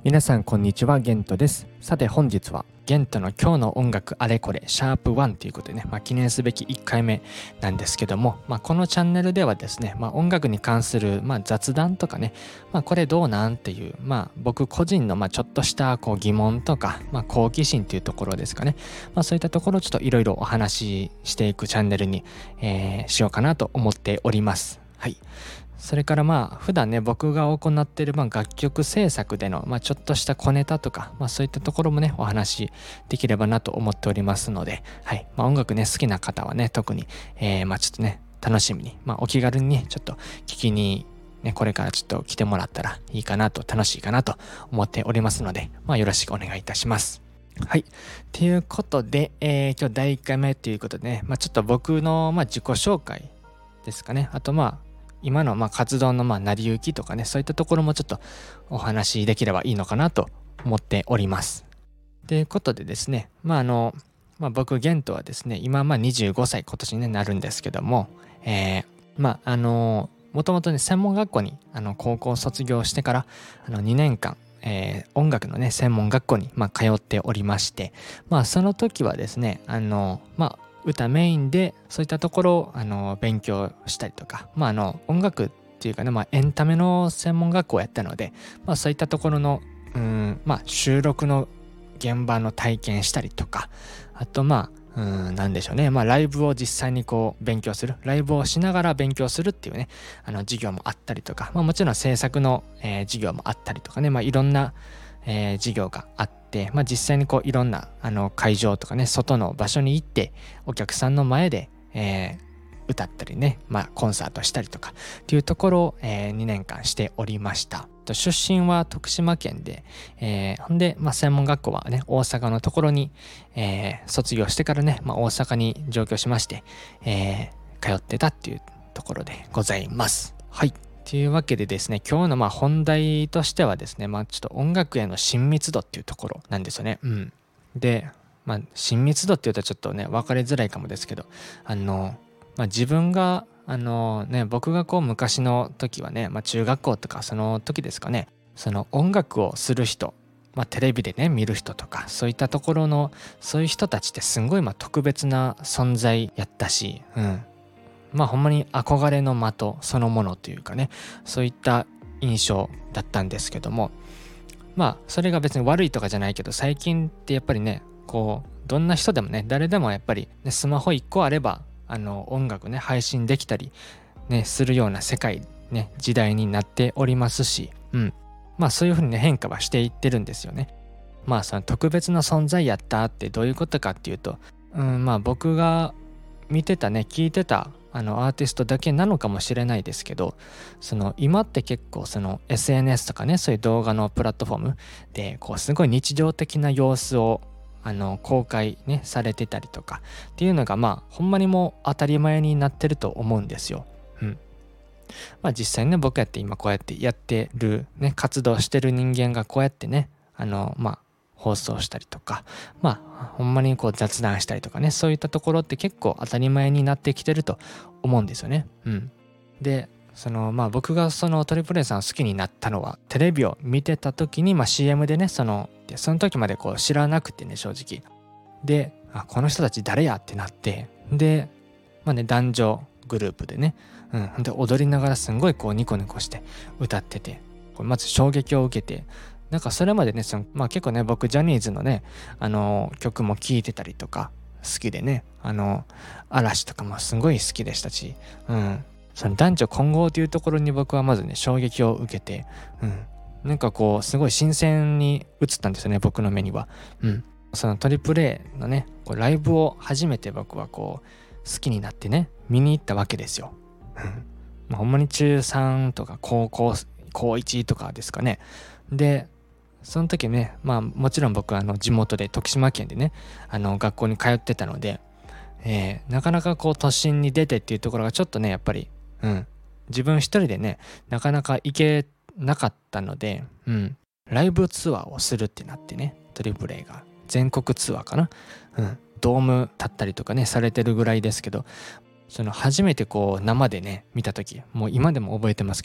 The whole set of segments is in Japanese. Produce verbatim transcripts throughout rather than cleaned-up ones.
皆さんこんにちは、ゲントです。さて本日はゲントの今日の音楽あれこれシャープワンということでね、まあ、記念すべきいっかいめなんですけども、まあ、このチャンネルではですね、まあ、音楽に関するまあ雑談とかね、まあ、これどうなんっていう、まあ、僕個人のまあちょっとしたこう疑問とか、まあ、好奇心っていうところですかね、まあ、そういったところをちょっといろいろお話ししていくチャンネルに、えーしようかなと思っております。はい。それからまあ普段ね僕が行っているまあ楽曲制作でのまあちょっとした小ネタとか、まあ、そういったところもねお話しできればなと思っておりますので、はいまあ、音楽ね好きな方はね特に、えー、まあちょっとね楽しみに、まあ、お気軽にねちょっと聞きにねこれからちょっと来てもらったらいいかなと楽しいかなと思っておりますので、まあ、よろしくお願いいたします。はい。ということで、えー今日だいいっかいめということでね、まあ、ちょっと僕のまあ自己紹介ですかね。あとまあ今のまあ活動のまあ成り行きとかね、そういったところもちょっとお話しできればいいのかなと思っております。ということでですね、まああの、まあ、僕ゲントはですね、今まあにじゅうごさい今年になるんですけども、えー、まああのもともとね専門学校にあの高校を卒業してからあのにねんかんえー音楽のね専門学校に、まあ、通っておりまして、まあその時はですねあのまあ歌メインでそういったところをあの勉強したりとか、まああの音楽っていうかね、まあ、エンタメの専門学校をやったので、まあ、そういったところのうんまあ収録の現場の体験したりとか、あとまあうんなんでしょうね、まあライブを実際にこう勉強する、ライブをしながら勉強するっていうねあの授業もあったりとか、まあもちろん制作の、えー授業もあったりとかね、まあいろんな、えー授業があって、まあ実際にこういろんなあの会場とかね外の場所に行ってお客さんの前で、えー歌ったりね、まあコンサートしたりとかっていうところを、えーにねんかんしておりました。と出身は徳島県で、えーほんで、まあ、専門学校はね大阪のところに、えー卒業してからね、まあ、大阪に上京しまして、えー通ってたっていうところでございます。はい。というわけでですね、今日のまあ本題としてはですね、まあちょっと音楽への親密度っていうところなんですよね。うん。で、まあ親密度っていうとちょっとね、分かりづらいかもですけど、あの、まあ自分が、あのね、僕がこう昔の時はね、まあ中学校とかその時ですかね、その音楽をする人、まあテレビでね、見る人とか、そういったところの、そういう人たちってすんごいまあ特別な存在やったし、うん。まあほんまに憧れの的そのものというかね、そういった印象だったんですけども、まあそれが別に悪いとかじゃないけど、最近ってやっぱりねこうどんな人でもね誰でもやっぱり、ね、スマホいっこあればあの音楽ね配信できたりねするような世界ね時代になっておりますし、うんまあそういうふうにね変化はしていってるんですよね。まあその特別な存在やったってどういうことかっていうと、うんまあ僕が見てたね聞いてたあのアーティストだけなのかもしれないですけど、その今って結構その エスエヌエス とかねそういう動画のプラットフォームでこうすごい日常的な様子をあの公開ねされてたりとかっていうのがまあほんまにもう当たり前になってると思うんですよ。うん。まあ実際ね僕やって今こうやってやってるね活動してる人間がこうやってねあのまあ放送したりとか、まあほんまにこう雑談したりとかねそういったところって結構当たり前になってきてると思うんですよね。うん。でそのまあ僕がそのトリプル A さんを好きになったのはテレビを見てた時にまあ シーエム でねそのでその時までこう知らなくてね正直であこの人たち誰やってなってでまあね男女グループでね、うん、で踊りながらすんごいこうニコニコして歌っててこれまず衝撃を受けてなんかそれまでねその、まあ、結構ね僕ジャニーズのねあの曲も聴いてたりとか好きでねあの嵐とかもすごい好きでしたし、うん、その男女混合というところに僕はまずね衝撃を受けて、うん、なんかこうすごい新鮮に映ったんですよね僕の目には。うん、そのトリプル A のねこうライブを初めて僕はこう好きになってね見に行ったわけですよ。うんまあ、ほんまに中さんとか高校高いちとかですかね。でその時ねまあもちろん僕はあの地元で徳島県でねあの学校に通ってたので、えーなかなかこう都心に出てっていうところがちょっとねやっぱり、うん、自分一人でねなかなか行けなかったので、うん、ライブツアーをするってなってねトリプル A が全国ツアーかな、うん、ドーム立ったりとかねされてるぐらいですけど、その初めてこう生でね見た時もう今でも覚えてますけど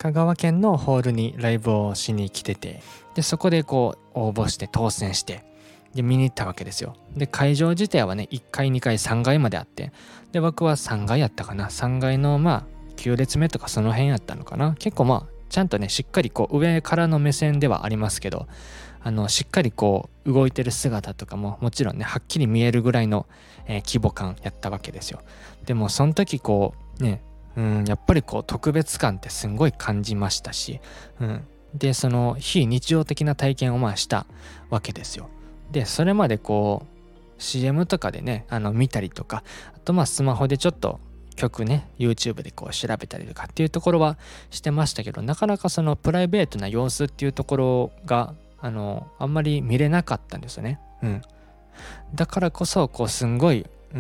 香川県のホールにライブをしに来てて、でそこでこう応募して当選してで見に行ったわけですよ。で会場自体はねいっかいにかいさんがいまであって、で僕はさんがいやったかな、さんがいのまあきゅう列目とかその辺やったのかな。結構まあちゃんとねしっかりこう上からの目線ではありますけど、あのしっかりこう動いてる姿とかももちろんねはっきり見えるぐらいの、えー規模感やったわけですよ。でもその時こうねうんやっぱりこう特別感ってすんごい感じましたし、うん、でその非日常的な体験をまあしたわけですよ。でそれまでこう シーエム とかでねあの見たりとか、あとまあスマホでちょっと曲ね YouTube でこう調べたりとかっていうところはしてましたけど、なかなかそのプライベートな様子っていうところがあのあんまり見れなかったんですよね。うん、だからこそこうすんごい、うん、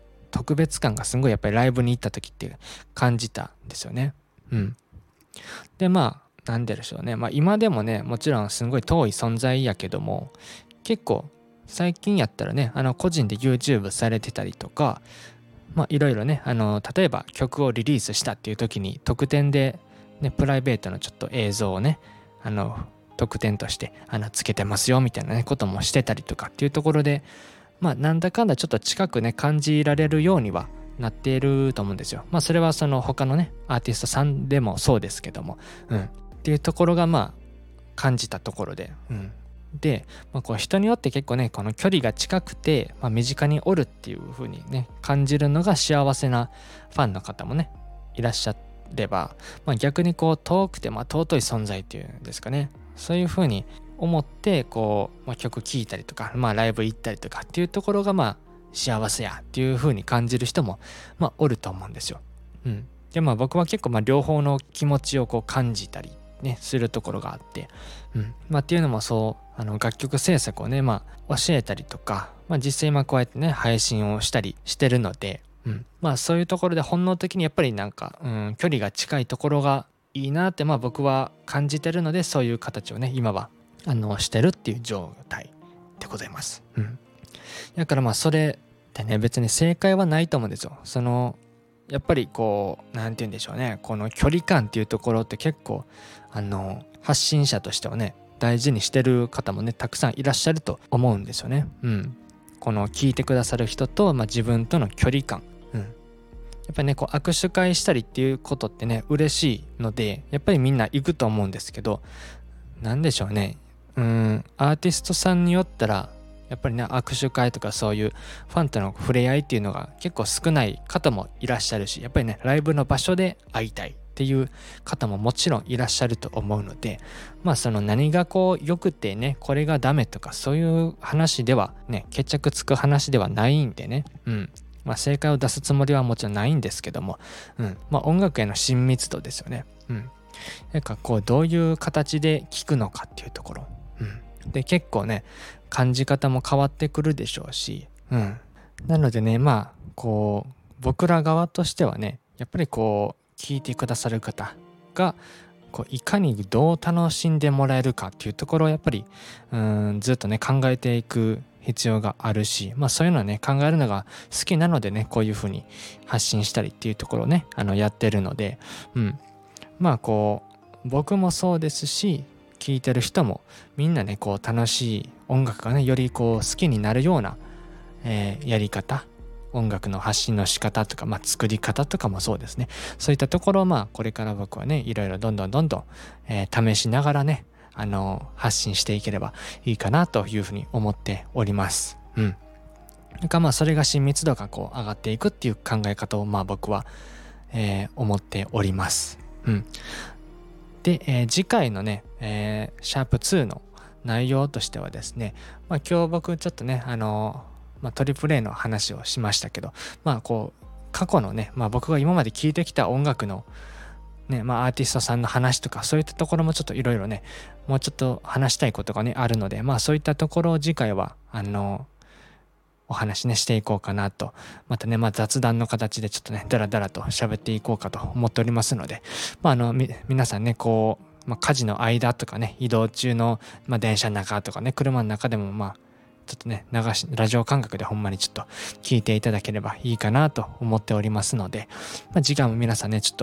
特別感がすんごいやっぱりライブに行った時って感じたんですよね。うん、でまあなんででしょうね、まあ今でもねもちろんすんごい遠い存在やけども、結構最近やったらねあの個人で YouTube されてたりとか、まあいろいろねあの例えば曲をリリースしたっていう時に特典でねプライベートのちょっと映像をねあの特典としてあのつけてますよみたいなねこともしてたりとかっていうところで、まあなんだかんだちょっと近くね感じられるようにはなっていると思うんですよ。まあそれはその他のねアーティストさんでもそうですけども、うん、っていうところがまあ感じたところで、うん、で、まあ、こう人によって結構ねこの距離が近くて、まあ、身近におるっていう風にね感じるのが幸せなファンの方もねいらっしゃれば、まあ、逆にこう遠くてまあ尊い存在っていうんですかね、そういう風に思ってこう、まあ、曲聴いたりとか、まあ、ライブ行ったりとかっていうところがまあ幸せやっていう風に感じる人もまあおると思うんですよ。うん、でまあ僕は結構まあ両方の気持ちをこう感じたりねするところがあって、うんまあ、っていうのもそうあの楽曲制作をねまあ教えたりとか、まあ、実際今こうやってね配信をしたりしてるので、うん、まあそういうところで本能的にやっぱりなんか、うん、距離が近いところがいいなってまあ僕は感じてるので、そういう形をね今はあのしてるっていう状態でございます。うん、だからまあそれってね別に正解はないと思うんですよ。そのやっぱりこうなんて言うんでしょうね、この距離感っていうところって結構あの発信者としてはね大事にしてる方もねたくさんいらっしゃると思うんですよね。うん、この聞いてくださる人と、まあ、自分との距離感、うん、やっぱりねこう握手会したりっていうことってね嬉しいのでやっぱりみんな行くと思うんですけど、なんでしょうね、うんアーティストさんによったらやっぱりね握手会とかそういうファンとの触れ合いっていうのが結構少ない方もいらっしゃるし、やっぱりねライブの場所で会いたいっていう方ももちろんいらっしゃると思うので、まあその何がこう良くてねこれがダメとかそういう話ではね決着つく話ではないんでね、うんまあ正解を出すつもりはもちろんないんですけども、うんまあ音楽への親密度ですよね。うんなんかこうどういう形で聴くのかっていうところ、うんで結構ね感じ方も変わってくるでしょうし、うん、なのでねまあこう僕ら側としてはねやっぱりこう聞いてくださる方がこういかにどう楽しんでもらえるかっていうところをやっぱりうんずっとね考えていく必要があるし、まあそういうのはね考えるのが好きなのでねこういうふうに発信したりっていうところをねあのやってるので、うんまあこう僕もそうですし聴いてる人もみんなねこう楽しい音楽がねよりこう好きになるような、えーやり方、音楽の発信の仕方とか、まあ、作り方とかもそうですね、そういったところをまあこれから僕はねいろいろどんどんどんどん、えー試しながらねあの発信していければいいかなというふうに思っております。うん。なんかまあそれが親密度がこう上がっていくっていう考え方をまあ僕は、えー思っております。うん。で、えー次回のね、えーシャープツーの内容としてはですね、まあ今日僕ちょっとね、あのーまあトリプル A の話をしましたけど、まあこう、過去のね、まあ僕が今まで聴いてきた音楽のね、まあアーティストさんの話とかそういったところもちょっといろいろね、もうちょっと話したいことがね、あるので、まあそういったところを次回は、あのーお話ねしていこうかなと、またね、まあ、雑談の形でちょっとねダラダラと喋っていこうかと思っておりますので、まああのみ皆さんねこう、まあ、家事の間とかね移動中の、まあ、電車の中とかね車の中でもまあちょっとね流しラジオ感覚でほんまにちょっと聞いていただければいいかなと思っておりますので、まあ、次回も皆さんねちょっと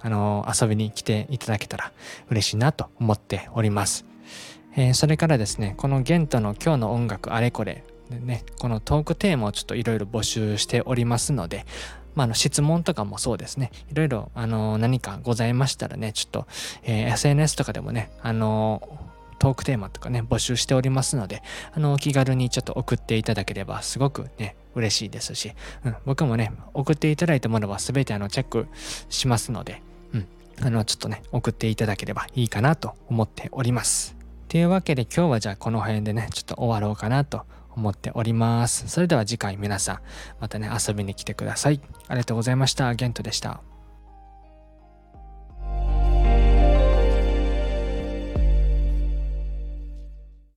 あの遊びに来ていただけたら嬉しいなと思っております。えー、それからですね、このゲントの今日の音楽あれこれでね、このトークテーマをちょっといろいろ募集しておりますので、まあ、あの質問とかもそうですね、いろいろあの何かございましたらね、ちょっと、えー、エスエヌエス とかでもね、あのトークテーマとかね募集しておりますので、あの気軽にちょっと送っていただければすごくね嬉しいですし、うん、僕もね送っていただいたものは全てあのチェックしますので、うん、あのちょっとね送っていただければいいかなと思っております。というわけで今日はじゃあこの辺でねちょっと終わろうかなと思っております。それでは次回皆さんまたね遊びに来てください。ありがとうございました。ゲントでした。